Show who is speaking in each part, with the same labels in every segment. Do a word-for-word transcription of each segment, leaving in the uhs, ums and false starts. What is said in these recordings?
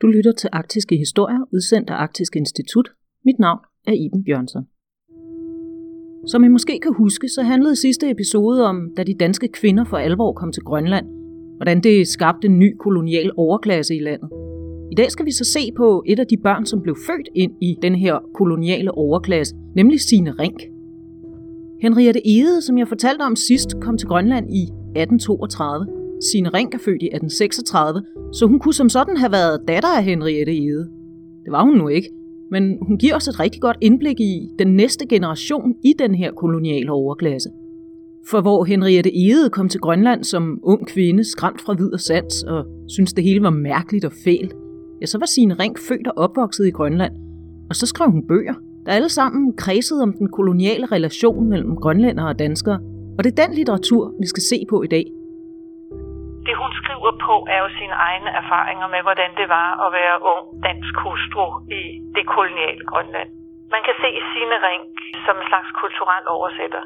Speaker 1: Du lytter til Arktiske Historier, udsendt af Arktisk Institut. Mit navn er Iben Bjørnsson. Som I måske kan huske, så handlede sidste episode om, da de danske kvinder for alvor kom til Grønland, hvordan det skabte en ny kolonial overklasse i landet. I dag skal vi så se på et af de børn, som blev født ind i den her koloniale overklasse, nemlig Signe Rinck. Henriette Egede, som jeg fortalte om sidst, kom til Grønland i atten toogtredive. Signe Rinck er født i atten seksogtredive, så hun kunne som sådan have været datter af Henriette Egede. Det var hun nu ikke, men hun giver os et rigtig godt indblik i den næste generation i den her koloniale overklasse. For hvor Henriette Egede kom til Grønland som ung kvinde, skræmt fra vid og sans og syntes det hele var mærkeligt og fælt, ja, så var Signe Rinck født og opvokset i Grønland. Og så skrev hun bøger, der alle sammen kredsede om den koloniale relation mellem grønlændere og danskere. Og det er den litteratur, vi skal se på i dag.
Speaker 2: Det hun skriver på er jo sine egne erfaringer med, hvordan det var at være ung dansk hustru i det koloniale Grønland. Man kan se Signe Rinck som en slags kulturel oversætter.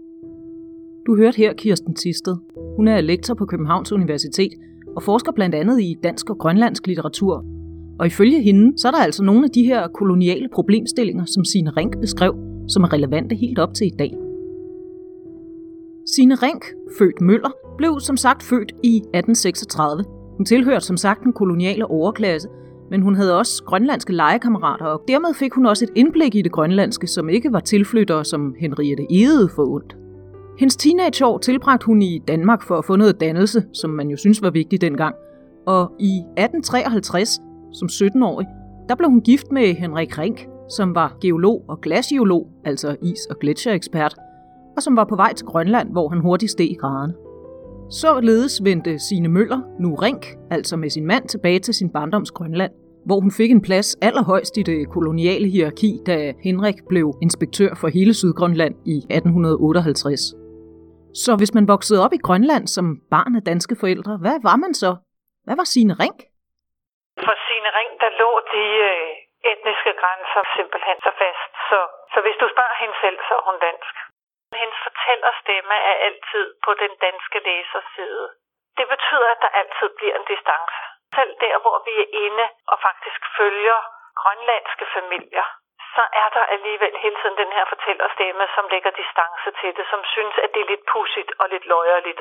Speaker 1: Du hørte her Kirsten Thisted. Hun er lektor på Københavns Universitet og forsker blandt andet i dansk og grønlandsk litteratur. Og ifølge hende, så er der altså nogle af de her koloniale problemstillinger, som Signe Rinck beskrev, som er relevante helt op til i dag. Signe Rinck, født Møller, blev som sagt født i atten seksogtredive. Hun tilhørte som sagt den koloniale overklasse, men hun havde også grønlandske legekammerater, og dermed fik hun også et indblik i det grønlandske, som ikke var tilflyttere som Henriette Egede forundt. Hendes teenageår tilbragte hun i Danmark for at få noget dannelse, som man jo synes var vigtigt dengang. Og i atten treoghalvtreds, som sytten-årig, der blev hun gift med Henrik Rinck, som var geolog og glasgeolog, altså is- og gletsjerekspert, og som var på vej til Grønland, hvor han hurtigt steg i graderne. Således vendte Signe Møller, nu Rinck, altså med sin mand, tilbage til sin barndoms Grønland, hvor hun fik en plads allerhøjst i det koloniale hierarki, da Henrik blev inspektør for hele Sydgrønland i atten otteoghalvtreds. Så hvis man voksede op i Grønland som barn af danske forældre, hvad var man så? Hvad var Signe Rinck?
Speaker 2: For Signe Rinck, der lå de øh, etniske grænser simpelthen så fast, så, så hvis du spørger hende selv, så er hun dansk. Hendes fortællerstemme er altid på den danske læsers side. Det betyder, at der altid bliver en distance. Selv der, hvor vi er inde og faktisk følger grønlandske familier, så er der alligevel hele tiden den her fortællerstemme, som lægger distance til det, som synes, at det er lidt pudsigt og lidt løjerligt.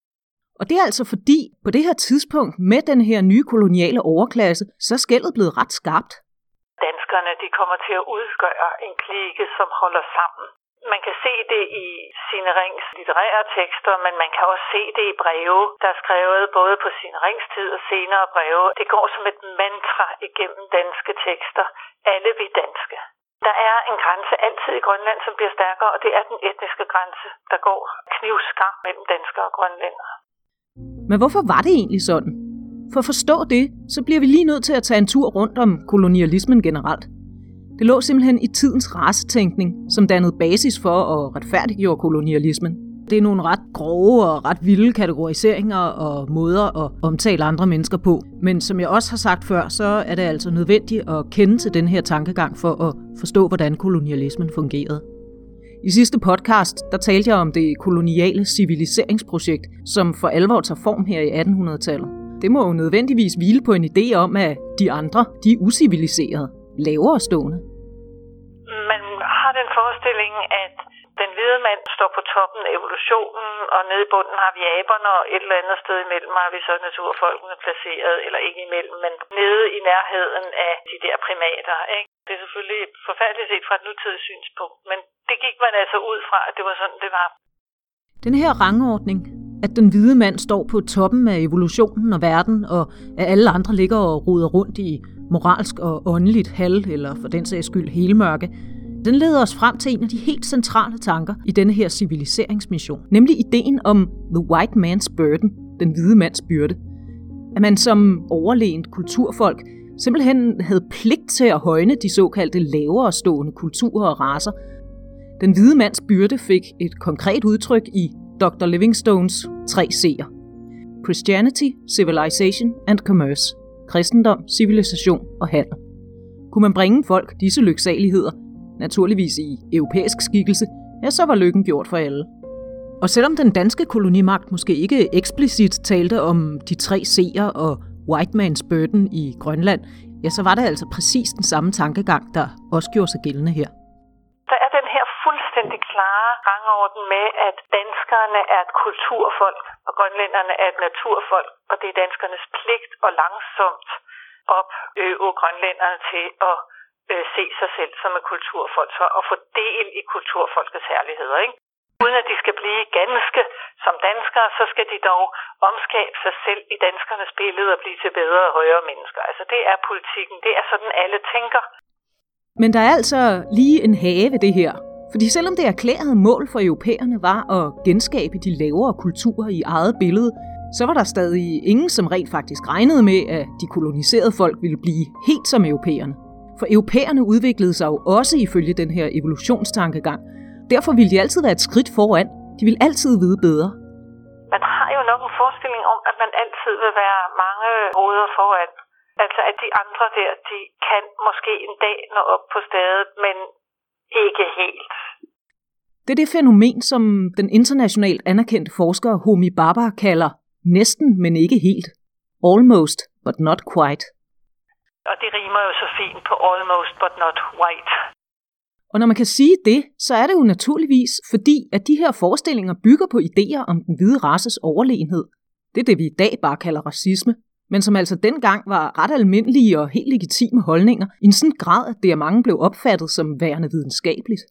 Speaker 1: Og det er altså fordi, på det her tidspunkt med den her nye koloniale overklasse, så er skellet blevet ret skarpt.
Speaker 2: Danskerne, de kommer til at udgøre en klike, som holder sammen. Man kan se det i Signe Rincks litterære tekster, men man kan også se det i breve, der er skrevet både på Signe Rincks tid og senere breve. Det går som et mantra igennem danske tekster. Alle vi danske. Der er en grænse altid i Grønland, som bliver stærkere, og det er den etniske grænse, der går knivskarpt mellem danskere og grønlændere.
Speaker 1: Men hvorfor var det egentlig sådan? For at forstå det, så bliver vi lige nødt til at tage en tur rundt om kolonialismen generelt. Det lå simpelthen i tidens racetænkning, som dannede basis for at retfærdiggjorde kolonialismen. Det er nogle ret grove og ret vilde kategoriseringer og måder at omtale andre mennesker på. Men som jeg også har sagt før, så er det altså nødvendigt at kende til den her tankegang for at forstå, hvordan kolonialismen fungerede. I sidste podcast, der talte jeg om det koloniale civiliseringsprojekt, som for alvor tager form her i attenhundredetallet. Det må jo nødvendigvis hvile på en idé om, at de andre, de er usiviliserede, lavere stående.
Speaker 2: Man har den forestilling, at den hvide mand står på toppen af evolutionen, og nede i bunden har vi aberne, og et eller andet sted imellem har vi så naturfolkene placeret, eller ikke imellem, men nede i nærheden af de der primater. Ikke? Det er selvfølgelig forfærdeligt set fra et nutidigt synspunkt, men det gik man altså ud fra, at det var sådan, det var.
Speaker 1: Den her rangordning, at den hvide mand står på toppen af evolutionen og verden, og at alle andre ligger og roder rundt i moralsk og åndeligt halv, eller for den sags skyld helmørke, den leder os frem til en af de helt centrale tanker i denne her civiliseringsmission, nemlig ideen om the white man's burden, den hvide mands byrde. At man som overlegent kulturfolk simpelthen havde pligt til at højne de såkaldte lavere stående kulturer og racer. Den hvide mands byrde fik et konkret udtryk i doktor Livingstones tre C'er. Christianity, Civilization and Commerce. Kristendom, civilisation og handel. Kunne man bringe folk disse lyksaligheder, naturligvis i europæisk skikkelse, ja, så var lykken gjort for alle. Og selvom den danske kolonimagt måske ikke eksplicit talte om de tre C'er og white man's burden i Grønland, ja, så var det altså præcis den samme tankegang, der også gjorde sig gældende her.
Speaker 2: Der er den her fuldstændig klare rangorden med, at danskerne er et kulturfolk, og grønlænderne er et naturfolk, og det er danskernes pligt og langsomt opøve grønlænderne til at øh, se sig selv som et kulturfolk, så at få del i kulturfolkets herligheder, ikke? Uden at de skal blive ganske som danskere, så skal de dog omskabe sig selv i danskernes billede og blive til bedre og højere mennesker. Altså det er politikken, det er sådan alle tænker.
Speaker 1: Men der er altså lige en hage ved det her. Fordi selvom det erklærede mål for europæerne var at genskabe de lavere kulturer i eget billede, så var der stadig ingen, som rent faktisk regnede med, at de koloniserede folk ville blive helt som europæerne. For europæerne udviklede sig jo også ifølge den her evolutionstankegang. Derfor ville de altid være et skridt foran. De ville altid vide bedre.
Speaker 2: Man har jo nok en forestilling om, at man altid vil være mange hoveder foran. Altså at de andre der, de kan måske en dag nå op på stedet, men ikke helt.
Speaker 1: Det er det fænomen, som den internationalt anerkendte forsker Homi Bhabha kalder næsten, men ikke helt. Almost, but not quite.
Speaker 2: Og det rimer jo så fint på almost, but not white.
Speaker 1: Og når man kan sige det, så er det jo naturligvis fordi, at de her forestillinger bygger på idéer om den hvide races overlegenhed. Det er det, vi i dag bare kalder racisme, men som altså dengang var ret almindelige og helt legitime holdninger, i en sådan grad, at det af mange blev opfattet som værende videnskabeligt.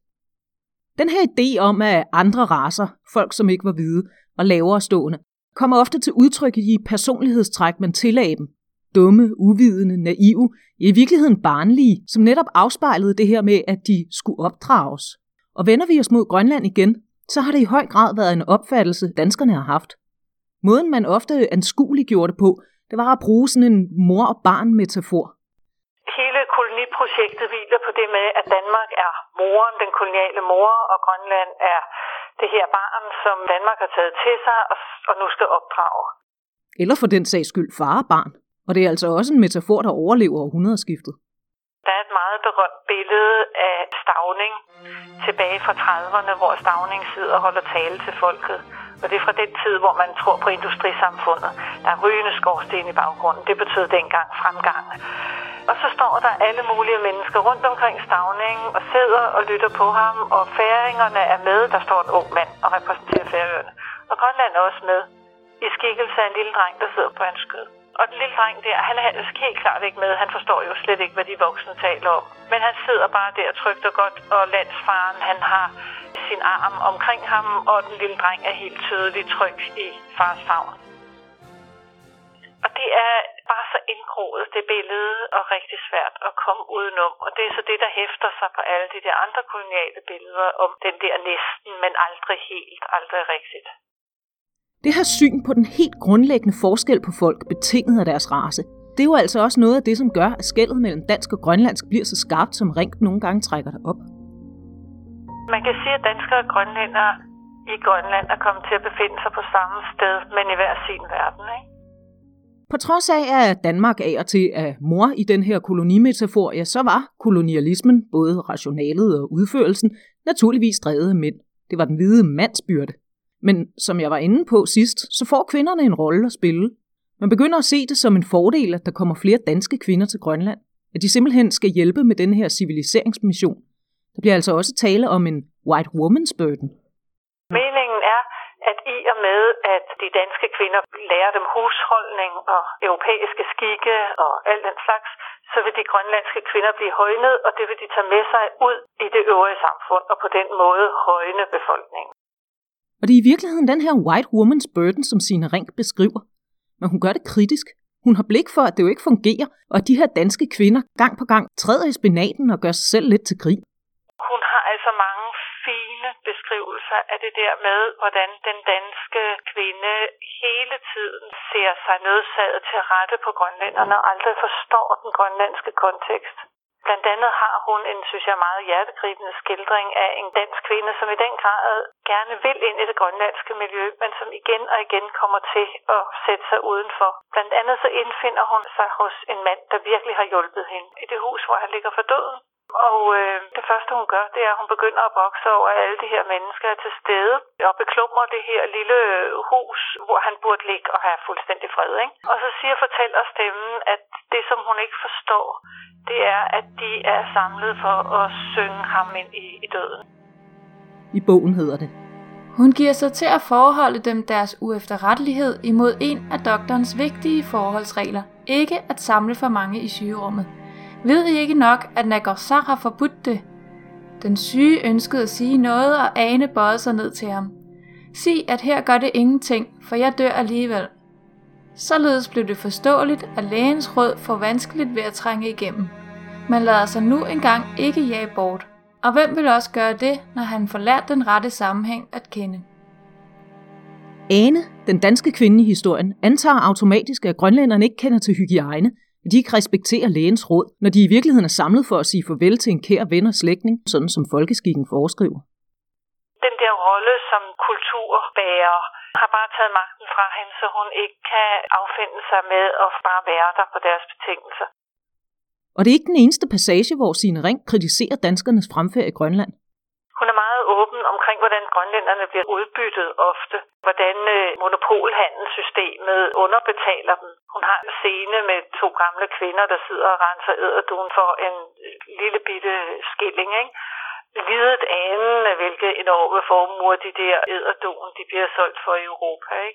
Speaker 1: Den her idé om, at andre racer, folk som ikke var hvide og lavere stående, kommer ofte til udtryk i de personlighedstræk, man tillagde dem. Dumme, uvidende, naive, i virkeligheden barnlige, som netop afspejlede det her med, at de skulle opdrages. Og vender vi os mod Grønland igen, så har det i høj grad været en opfattelse, danskerne har haft. Måden man ofte anskueliggjorde det på, det var at bruge sådan en mor- og barn-metafor.
Speaker 2: Hele koloniprojektet hviler på det med, at Danmark er moren, den koloniale mor, og Grønland er det her barn, som Danmark har taget til sig og nu skal opdrage.
Speaker 1: Eller for den sags skyld far og barn. Og det er altså også en metafor, der overlever århundredeskiftet.
Speaker 2: Der er et meget berømt billede af Stauning tilbage fra trediverne, hvor Stauning sidder og holder tale til folket. Og det er fra den tid, hvor man tror på industrisamfundet. Der er rygende skorsten i baggrunden. Det betød dengang fremgang. Og så står der alle mulige mennesker rundt omkring Stauning og sidder og lytter på ham. Og færingerne er med. Der står en ung mand og repræsenterer Færøerne. Og Grønland er også med i skikkelse af en lille dreng, der sidder på hans skød. Og den lille dreng der, han er helt klart ikke med. Han forstår jo slet ikke, hvad de voksne taler om. Men han sidder bare der trygt og godt, og landsfaren, han har sin arm omkring ham, og den lille dreng er helt tydeligt tryg i fars favn. Og det er bare så indgroet, det billede, og rigtig svært at komme udenom. Og det er så det, der hæfter sig på alle de der andre koloniale billeder om den der næsten, men aldrig helt, aldrig rigtigt.
Speaker 1: Det her syn på den helt grundlæggende forskel på folk, betinget af deres race, det er jo altså også noget af det, som gør, at skellet mellem dansk og grønlandsk bliver så skarpt, som Rink nogle gange trækker det op.
Speaker 2: Man kan sige, at danskere og grønlændere i Grønland er kommet til at befinde sig på samme sted, men i hver sin verden, ikke?
Speaker 1: På trods af, at Danmark af og til er mor i den her kolonimetafor, ja, så var kolonialismen, både rationalet og udførelsen, naturligvis drevet af mænd. Det var den hvide mandsbyrde. Men som jeg var inde på sidst, så får kvinderne en rolle at spille. Man begynder at se det som en fordel, at der kommer flere danske kvinder til Grønland. At de simpelthen skal hjælpe med den her civiliseringsmission. Der bliver altså også tale om en white woman's burden.
Speaker 2: Meningen er, at i og med, at de danske kvinder lærer dem husholdning og europæiske skikke og alt den slags, så vil de grønlandske kvinder blive højnet, og det vil de tage med sig ud i det øvrige samfund, og på den måde højne befolkningen.
Speaker 1: Og det er i virkeligheden den her white woman's burden, som Signe Rink beskriver. Men hun gør det kritisk. Hun har blik for, at det jo ikke fungerer, og at de her danske kvinder gang på gang træder i spinaten og gør sig selv lidt til grin.
Speaker 2: Hun har altså mange fine beskrivelser af det der med, hvordan den danske kvinde hele tiden ser sig nødsaget til rette på grønlænderne og aldrig forstår den grønlandske kontekst. Blandt andet har hun en, synes jeg, meget hjertegribende skildring af en dansk kvinde, som i den grad gerne vil ind i det grønlandske miljø, men som igen og igen kommer til at sætte sig udenfor. Blandt andet så indfinder hun sig hos en mand, der virkelig har hjulpet hende i det hus, hvor han ligger for døden. Og øh, det første hun gør, det er, at hun begynder at vokse over, at alle de her mennesker er til stede og beklumrer det her lille hus, hvor han burde ligge og have fuldstændig fred. Ikke? Og så siger fortællerstemmen, at det, som hun ikke forstår, det er, at de er samlet for at synge ham ind i, i døden.
Speaker 1: I bogen hedder det:
Speaker 3: Hun giver sig til at forholde dem deres uefterrettelighed imod en af doktorens vigtige forholdsregler, ikke at samle for mange i sygerummet. Ved I ikke nok, at Nagorsar har forbudt det? Den syge ønskede at sige noget, og Ane bøjede sig ned til ham. Sig, at her gør det ingenting, for jeg dør alligevel. Således blev det forståeligt, at lægens råd får vanskeligt ved at trænge igennem. Man lader sig nu engang ikke jage bort. Og hvem vil også gøre det, når han får lært den rette sammenhæng at kende?
Speaker 1: Ane, den danske kvinde i historien, antager automatisk, at grønlænderne ikke kender til hygiejne, at de ikke respekterer lægens råd, når de i virkeligheden er samlet for at sige farvel til en kær ven og slægtning, sådan som folkeskikken foreskriver.
Speaker 2: Den der rolle som kulturbærer har bare taget magten fra hende, så hun ikke kan affinde sig med at bare være der på deres betingelser.
Speaker 1: Og det er ikke den eneste passage, hvor Signe Ring kritiserer danskernes fremfærd i Grønland.
Speaker 2: Hun er meget åben omkring, hvordan grønlænderne bliver udbyttet ofte. Hvordan monopolhandelssystemet underbetaler dem. Hun har en scene med to gamle kvinder, der sidder og renser edderdugen for en lille bitte skilling, ikke? Lidet anen af, hvilke enorme formuer de der edderdugen, de bliver solgt for i Europa, ikke?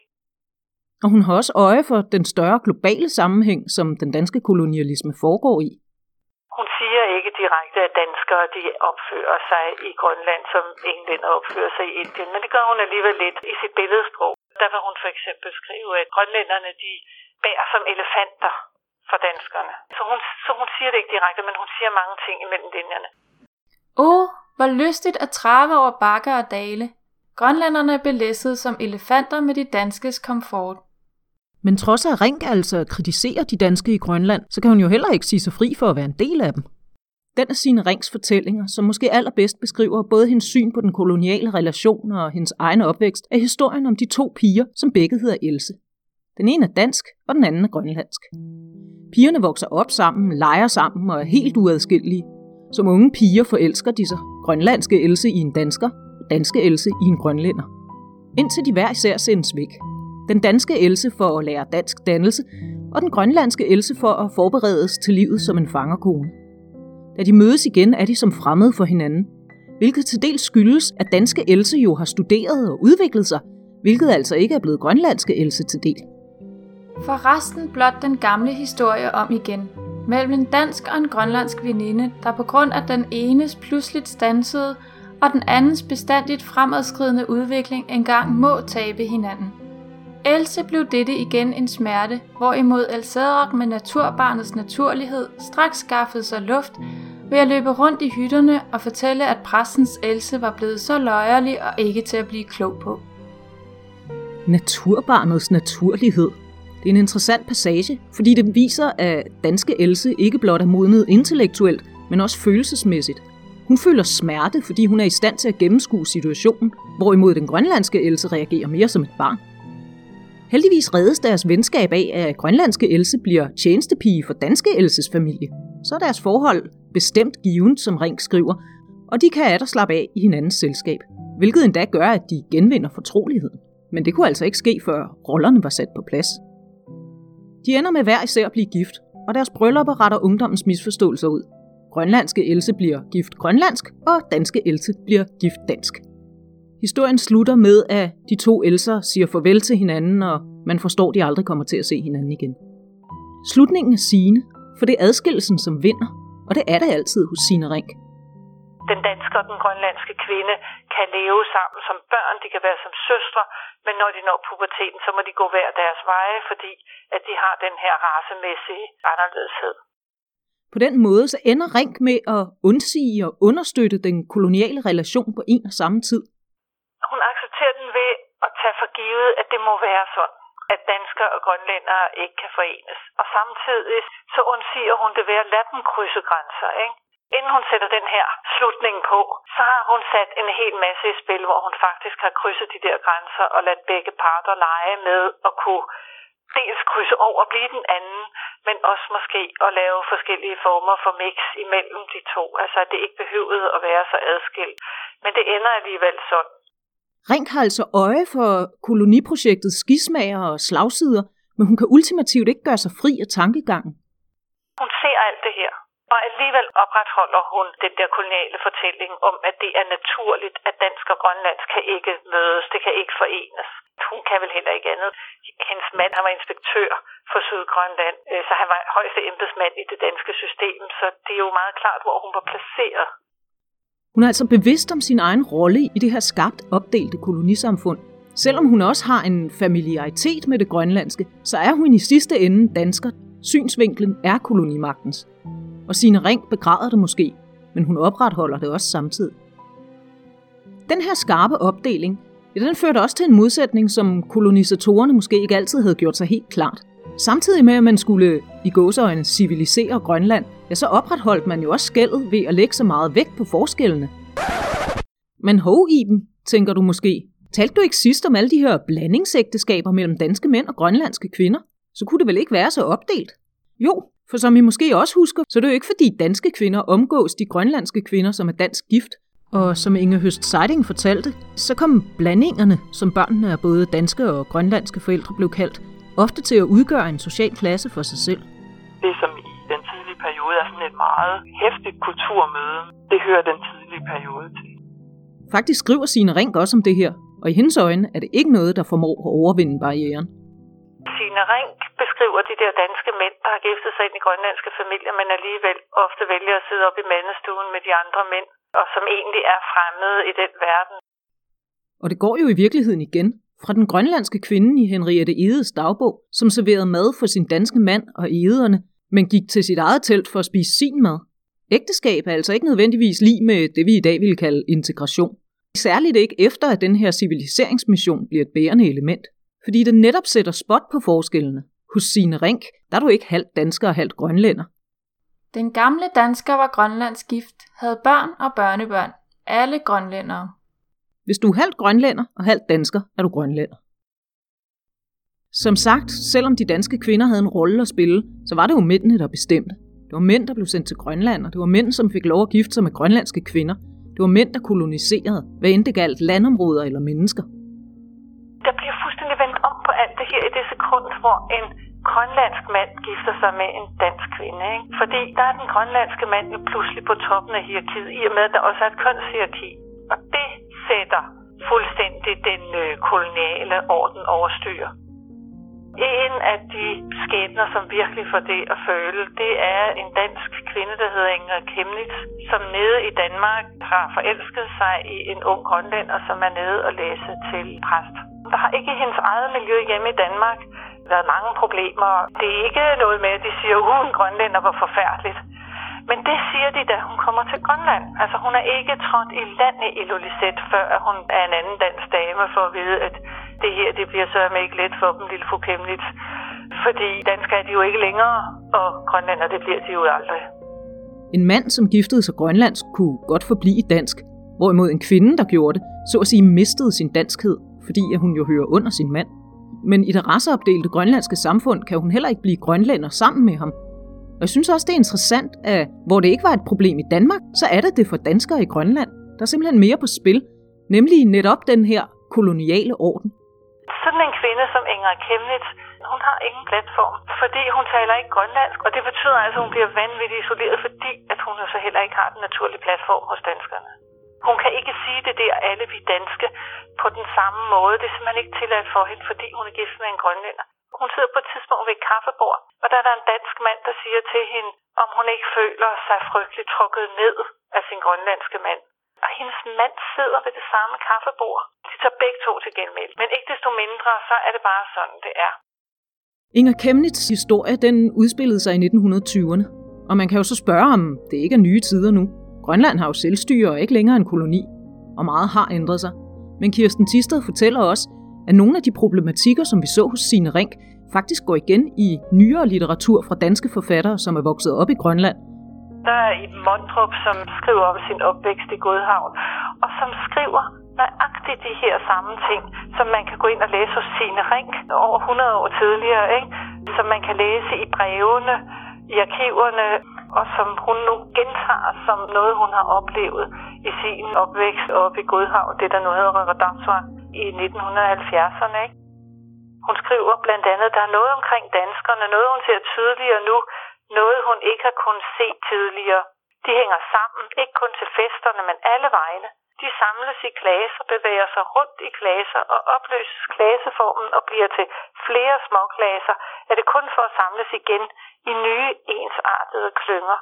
Speaker 1: Og hun har også øje for den større globale sammenhæng, som den danske kolonialisme foregår i.
Speaker 2: Hun siger ikke direkte, at danskere de opfører sig i Grønland, som englænder opfører sig i Indien, men det gør hun alligevel lidt i sit billedsprog. Der vil hun for eksempel skrive, at grønlænderne de bærer som elefanter for danskerne. Så hun, så hun siger det ikke direkte, men hun siger mange ting imellem linjerne.
Speaker 3: Åh, oh, hvor lystigt at trave over bakker og dale. Grønlænderne er belæsset som elefanter med de danskes komfort.
Speaker 1: Men trods af Ring altså kritiserer de danske i Grønland, så kan hun jo heller ikke sige sig fri for at være en del af dem. Den af sine Rings fortællinger, som måske allerbedst beskriver både hendes syn på den koloniale relation og hendes egen opvækst, er historien om de to piger, som begge hedder Else. Den ene er dansk, og den anden er grønlandsk. Pigerne vokser op sammen, leger sammen og er helt uadskillelige. Som unge piger forelsker de sig, grønlandske Else i en dansker, og danske Else i en grønlænder. Indtil de hver især sendes væk. Den danske Else for at lære dansk dannelse, og den grønlandske Else for at forberedes til livet som en fangerkone. Da de mødes igen, er de som fremmede for hinanden, hvilket til dels skyldes, at danske Else jo har studeret og udviklet sig, hvilket altså ikke er blevet grønlandske Else til del.
Speaker 3: For resten blot den gamle historie om igen, mellem en dansk og en grønlandsk veninde, der på grund af den enes pludseligt standsede og den andens bestandigt fremadskridende udvikling engang må tabe hinanden. Else blev dette igen en smerte, hvorimod Elsaderak med naturbarnets naturlighed straks skaffede sig luft ved at løbe rundt i hytterne og fortælle, at præstens Else var blevet så løjerlig og ikke til at blive klog på.
Speaker 1: Naturbarnets naturlighed. Det er en interessant passage, fordi den viser, at danske Else ikke blot er modnet intellektuelt, men også følelsesmæssigt. Hun føler smerte, fordi hun er i stand til at gennemskue situationen, hvorimod den grønlandske Else reagerer mere som et barn. Heldigvis reddes deres venskab af, at grønlandske Else bliver tjenestepige for danske Elses familie. Så er deres forhold bestemt givent, som Ring skriver, og de kan atter slappe af i hinandens selskab, hvilket endda gør, at de genvinder fortroligheden. Men det kunne altså ikke ske, før rollerne var sat på plads. De ender med hver især at blive gift, og deres bryllupper retter ungdommens misforståelser ud. Grønlandske Else bliver gift grønlandsk, og danske Else bliver gift dansk. Historien slutter med, at de to Elser siger farvel til hinanden, og man forstår, at de aldrig kommer til at se hinanden igen. Slutningen er sigende, for det er adskillelsen, som vinder, og det er det altid hos Signe Ring.
Speaker 2: Den danske og den grønlandske kvinde kan leve sammen som børn, de kan være som søstre, men når de når puberteten, så må de gå hver deres veje, fordi at de har den her racemæssige anderledeshed.
Speaker 1: På den måde så ender Ring med at undsige og understøtte den koloniale relation på en og samme tid.
Speaker 2: Hun accepterer den ved at tage for givet, at det må være sådan, at danskere og grønlændere ikke kan forenes. Og samtidig så undsiger hun det ved at lade dem krydse grænser, ikke? Inden hun sætter den her slutning på, så har hun sat en hel masse i spil, hvor hun faktisk har krydset de der grænser og ladt begge parter lege med at kunne dels krydse over og blive den anden, men også måske at lave forskellige former for mix imellem de to. Altså at det ikke behøvede at være så adskilt, men det ender alligevel sådan.
Speaker 1: Rink har altså øje for koloniprojektets skismager og slagsider, men hun kan ultimativt ikke gøre sig fri af tankegangen.
Speaker 2: Hun ser alt det her, og alligevel opretholder hun den der koloniale fortælling om, at det er naturligt, at dansk og grønlandsk kan ikke mødes, det kan ikke forenes. Hun kan vel heller ikke andet. Hendes mand, han var inspektør for Sydgrønland, så han var højeste embedsmand i det danske system, så det er jo meget klart, hvor hun var placeret.
Speaker 1: Hun er altså bevidst om sin egen rolle i det her skarpt opdelte kolonisamfund. Selvom hun også har en familiaritet med det grønlandske, så er hun i sidste ende dansker. Synsvinklen er kolonimagtens. Og Signe Ring begræder det måske, men hun opretholder det også samtidig. Den her skarpe opdeling, ja, den førte også til en modsætning, som kolonisatorerne måske ikke altid havde gjort sig helt klart. Samtidig med, at man skulle i gåseøjne civilisere Grønland, ja, så opretholdt man jo også skellet ved at lægge så meget vægt på forskellene. Men hov, Iben, tænker du måske, talte du ikke sidst om alle de her blandingsægteskaber mellem danske mænd og grønlandske kvinder? Så kunne det vel ikke være så opdelt? Jo, for som I måske også husker, så er det jo ikke fordi danske kvinder omgås de grønlandske kvinder, som er dansk gift. Og som Inge Høst Seiding fortalte, så kom blandingerne, som børnene af både danske og grønlandske forældre blev kaldt, ofte til at udgøre en social klasse for sig selv.
Speaker 4: Det, som i den tidlige periode er sådan et meget hæftigt kulturmøde, det hører den tidlige periode til.
Speaker 1: Faktisk skriver Signe Ring også om det her, og i hendes øjne er det ikke noget, der formår at overvinde barrieren.
Speaker 2: Signe Ring beskriver de der danske mænd, der har giftet sig ind i grønlandske familier, men alligevel ofte vælger at sidde op i mandestuen med de andre mænd, og som egentlig er fremmede i den verden.
Speaker 1: Og det går jo i virkeligheden igen fra den grønlandske kvinde i Henriette Edes dagbog, som serverede mad for sin danske mand og ederne, men gik til sit eget telt for at spise sin mad. Ægteskab er altså ikke nødvendigvis lig med det, vi i dag ville kalde integration. Særligt ikke efter, at den her civiliseringsmission bliver et bærende element. Fordi det netop sætter spot på forskellene. Hos Signe Ring, der er du ikke halvt dansker og halvt grønlænder.
Speaker 3: Den gamle dansker var grønlandsk gift, havde børn og børnebørn. Alle grønlændere.
Speaker 1: Hvis du er halvt grønlænder og halvt dansker, er du grønlænder. Som sagt, selvom de danske kvinder havde en rolle at spille, så var det jo mændene, der bestemte. Det var mænd, der blev sendt til Grønland, og det var mænd, som fik lov at gifte sig med grønlandske kvinder. Det var mænd, der koloniserede, hvad end det galt landområder eller mennesker.
Speaker 2: Der bliver fuldstændig vendt om på alt det her i det sekund, hvor en grønlandsk mand gifter sig med en dansk kvinde. Ikke? Fordi der er den grønlandske mand jo pludselig på toppen af hierarkiet, i og med, at der også er et kønshierarki. Og det sætter fuldstændig den øh, koloniale orden over styr. En af de skæbner, som virkelig får det at føle, det er en dansk kvinde, der hedder Ingrid Chemnitz, som nede i Danmark har forelsket sig i en ung grønlænder, som er nede og læse til præst. Der har ikke i hendes eget miljø hjemme i Danmark været mange problemer. Det er ikke noget med, at de siger, at en grønlænder var forfærdeligt. Men det siger de, da hun kommer til Grønland. Altså hun er ikke trådt i land i Ilulissat, før hun er en anden dansk dame for at vide, at det her det bliver så ikke let for dem, lille fru Chemnitz. Fordi dansk er de jo ikke længere, og grønlænder det bliver de jo aldrig.
Speaker 1: En mand, som giftede sig grønlandsk, kunne godt forblive dansk, hvorimod en kvinde, der gjorde det, så at sige mistede sin danskhed, fordi at hun jo hører under sin mand. Men i det raceopdelte grønlandske samfund kan hun heller ikke blive grønlænder sammen med ham. Og jeg synes også, det er interessant, at hvor det ikke var et problem i Danmark, så er det det for danskere i Grønland. Der er simpelthen mere på spil, nemlig netop den her koloniale orden.
Speaker 2: Sådan en kvinde som Ingrid Chemnitz, hun har ingen platform, fordi hun taler ikke grønlandsk, og det betyder altså, at hun bliver vanvittigt isoleret, fordi at hun jo så heller ikke har den naturlige platform hos danskerne. Hun kan ikke sige det der, alle vi danske, på den samme måde. Det er simpelthen ikke tilladt for hende, fordi hun er gift med en grønlænder. Hun sidder på et tidspunkt ved et kaffebord, og der er der en dansk mand, der siger til hende, om hun ikke føler sig frygteligt trukket ned af sin grønlandske mand. Og hendes mand sidder ved det samme kaffebord. De tager begge to til genmæld. Men ikke desto mindre, så er det bare sådan, det er.
Speaker 1: Inger Chemnitz' historie, den udspillede sig i nitten tyverne. Og man kan jo så spørge, om det ikke er nye tider nu. Grønland har jo selvstyre og ikke længere en koloni. Og meget har ændret sig. Men Kirsten Thisted fortæller også, at nogle af de problematikker, som vi så hos Signe Ring, faktisk går igen i nyere litteratur fra danske forfattere, som er vokset op i Grønland.
Speaker 2: Der er Iben Mondrup, som skriver om sin opvækst i Godhavn, og som skriver nøjagtigt de her samme ting, som man kan gå ind og læse hos Signe Ring over hundrede år tidligere. Ikke? som man kan læse i brevene, i arkiverne, og som hun nu gentager som noget, hun har oplevet i sin opvækst oppe i Godhavn, det der nu hedder Røverdagsvej, i nitten halvfjerdserne. Ikke? Hun skriver blandt andet, at der er noget omkring danskerne, noget hun ser tydeligere nu, noget hun ikke har kunnet se tidligere. De hænger sammen, ikke kun til festerne, men alle vegne. De samles i klasser, bevæger sig rundt i klasser og opløses klasseformen og bliver til flere småklasser, er det kun for at samles igen i nye ensartede klynger.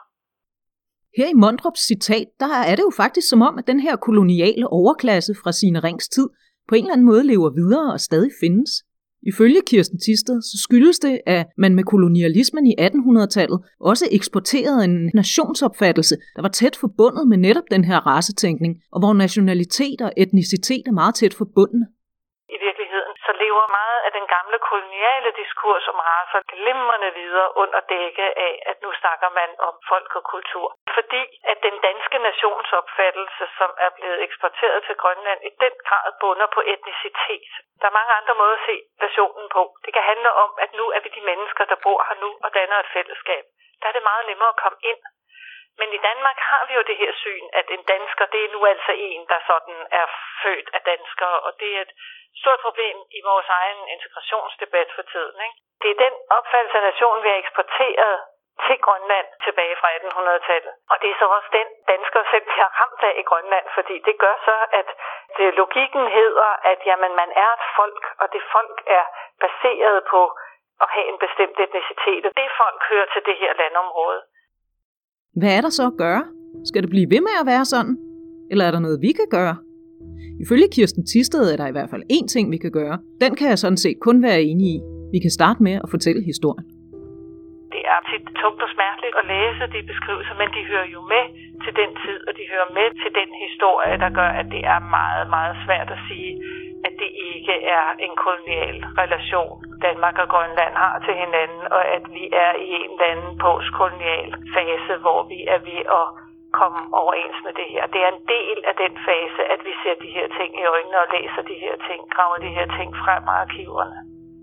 Speaker 1: Her i Mondrups citat, der er det jo faktisk som om, at den her koloniale overklasse fra Signe Rings tid på en eller anden måde lever videre og stadig findes. Ifølge Kirsten Thisted, så skyldes det, at man med kolonialismen i attenhundredetallet også eksporterede en nationsopfattelse, der var tæt forbundet med netop den her racetænkning, og hvor nationalitet og etnicitet er meget tæt forbundne.
Speaker 2: I virkeligheden så lever meget af den gamle koloniale diskurs om racer glimrende videre under dække af, at nu snakker man om folk og kultur. Fordi at den danske nationsopfattelse, som er blevet eksporteret til Grønland, i den grad bunder på etnicitet. Der er mange andre måder at se nationen på. Det kan handle om, at nu er vi de mennesker, der bor her nu og danner et fællesskab. Der er det meget nemmere at komme ind. Men i Danmark har vi jo det her syn, at en dansker, det er nu altså en, der sådan er født af danskere, og det er et stort problem i vores egen integrationsdebat for tiden. Ikke? Det er den opfattelse af nationen, vi har eksporteret til Grønland tilbage fra attenhundredetallet. Og det er så også den, danskere selv bliver ramt af i Grønland, fordi det gør så, at det, logikken hedder, at jamen, man er et folk, og det folk er baseret på at have en bestemt etnicitet. Det folk hører til det her landområde.
Speaker 1: Hvad er der så at gøre? Skal det blive ved med at være sådan? Eller er der noget, vi kan gøre? Ifølge Kirsten Thisted er der i hvert fald én ting, vi kan gøre. Den kan jeg sådan set kun være enig i. Vi kan starte med at fortælle historien.
Speaker 2: Det er tit tungt og smerteligt at læse de beskrivelser, men de hører jo med til den tid, og de hører med til den historie, der gør, at det er meget, meget svært at sige, at det ikke er en kolonial relation, Danmark og Grønland har til hinanden, og at vi er i en eller anden postkolonial fase, hvor vi er ved at komme overens med det her. Det er en del af den fase, at vi ser de her ting i øjnene og læser de her ting, graver de her ting frem af arkiverne.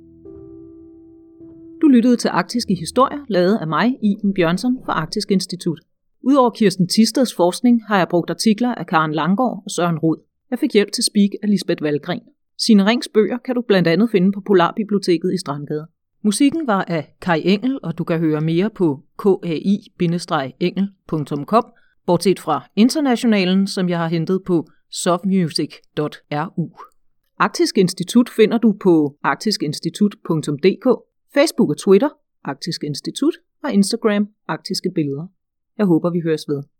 Speaker 1: Du lyttede til Arktiske Historier, lavet af mig, Iben Bjørnson fra Arktisk Institut. Udover Kirsten Thisteds forskning har jeg brugt artikler af Karen Langgaard og Søren Rud. Jeg fik hjælp til speak af Lisbeth Valgren. Signe Rings bøger kan du blandt andet finde på Polarbiblioteket i Strandgade. Musikken var af Kai Engel, og du kan høre mere på kai bindestreg engel punktum com, bortset fra Internationalen, som jeg har hentet på softmusic punktum r u. Arktisk Institut finder du på arktiskinstitut punktum d k, Facebook og Twitter, Arktisk Institut, og Instagram, Arktiske Billeder. Jeg håber, vi høres ved.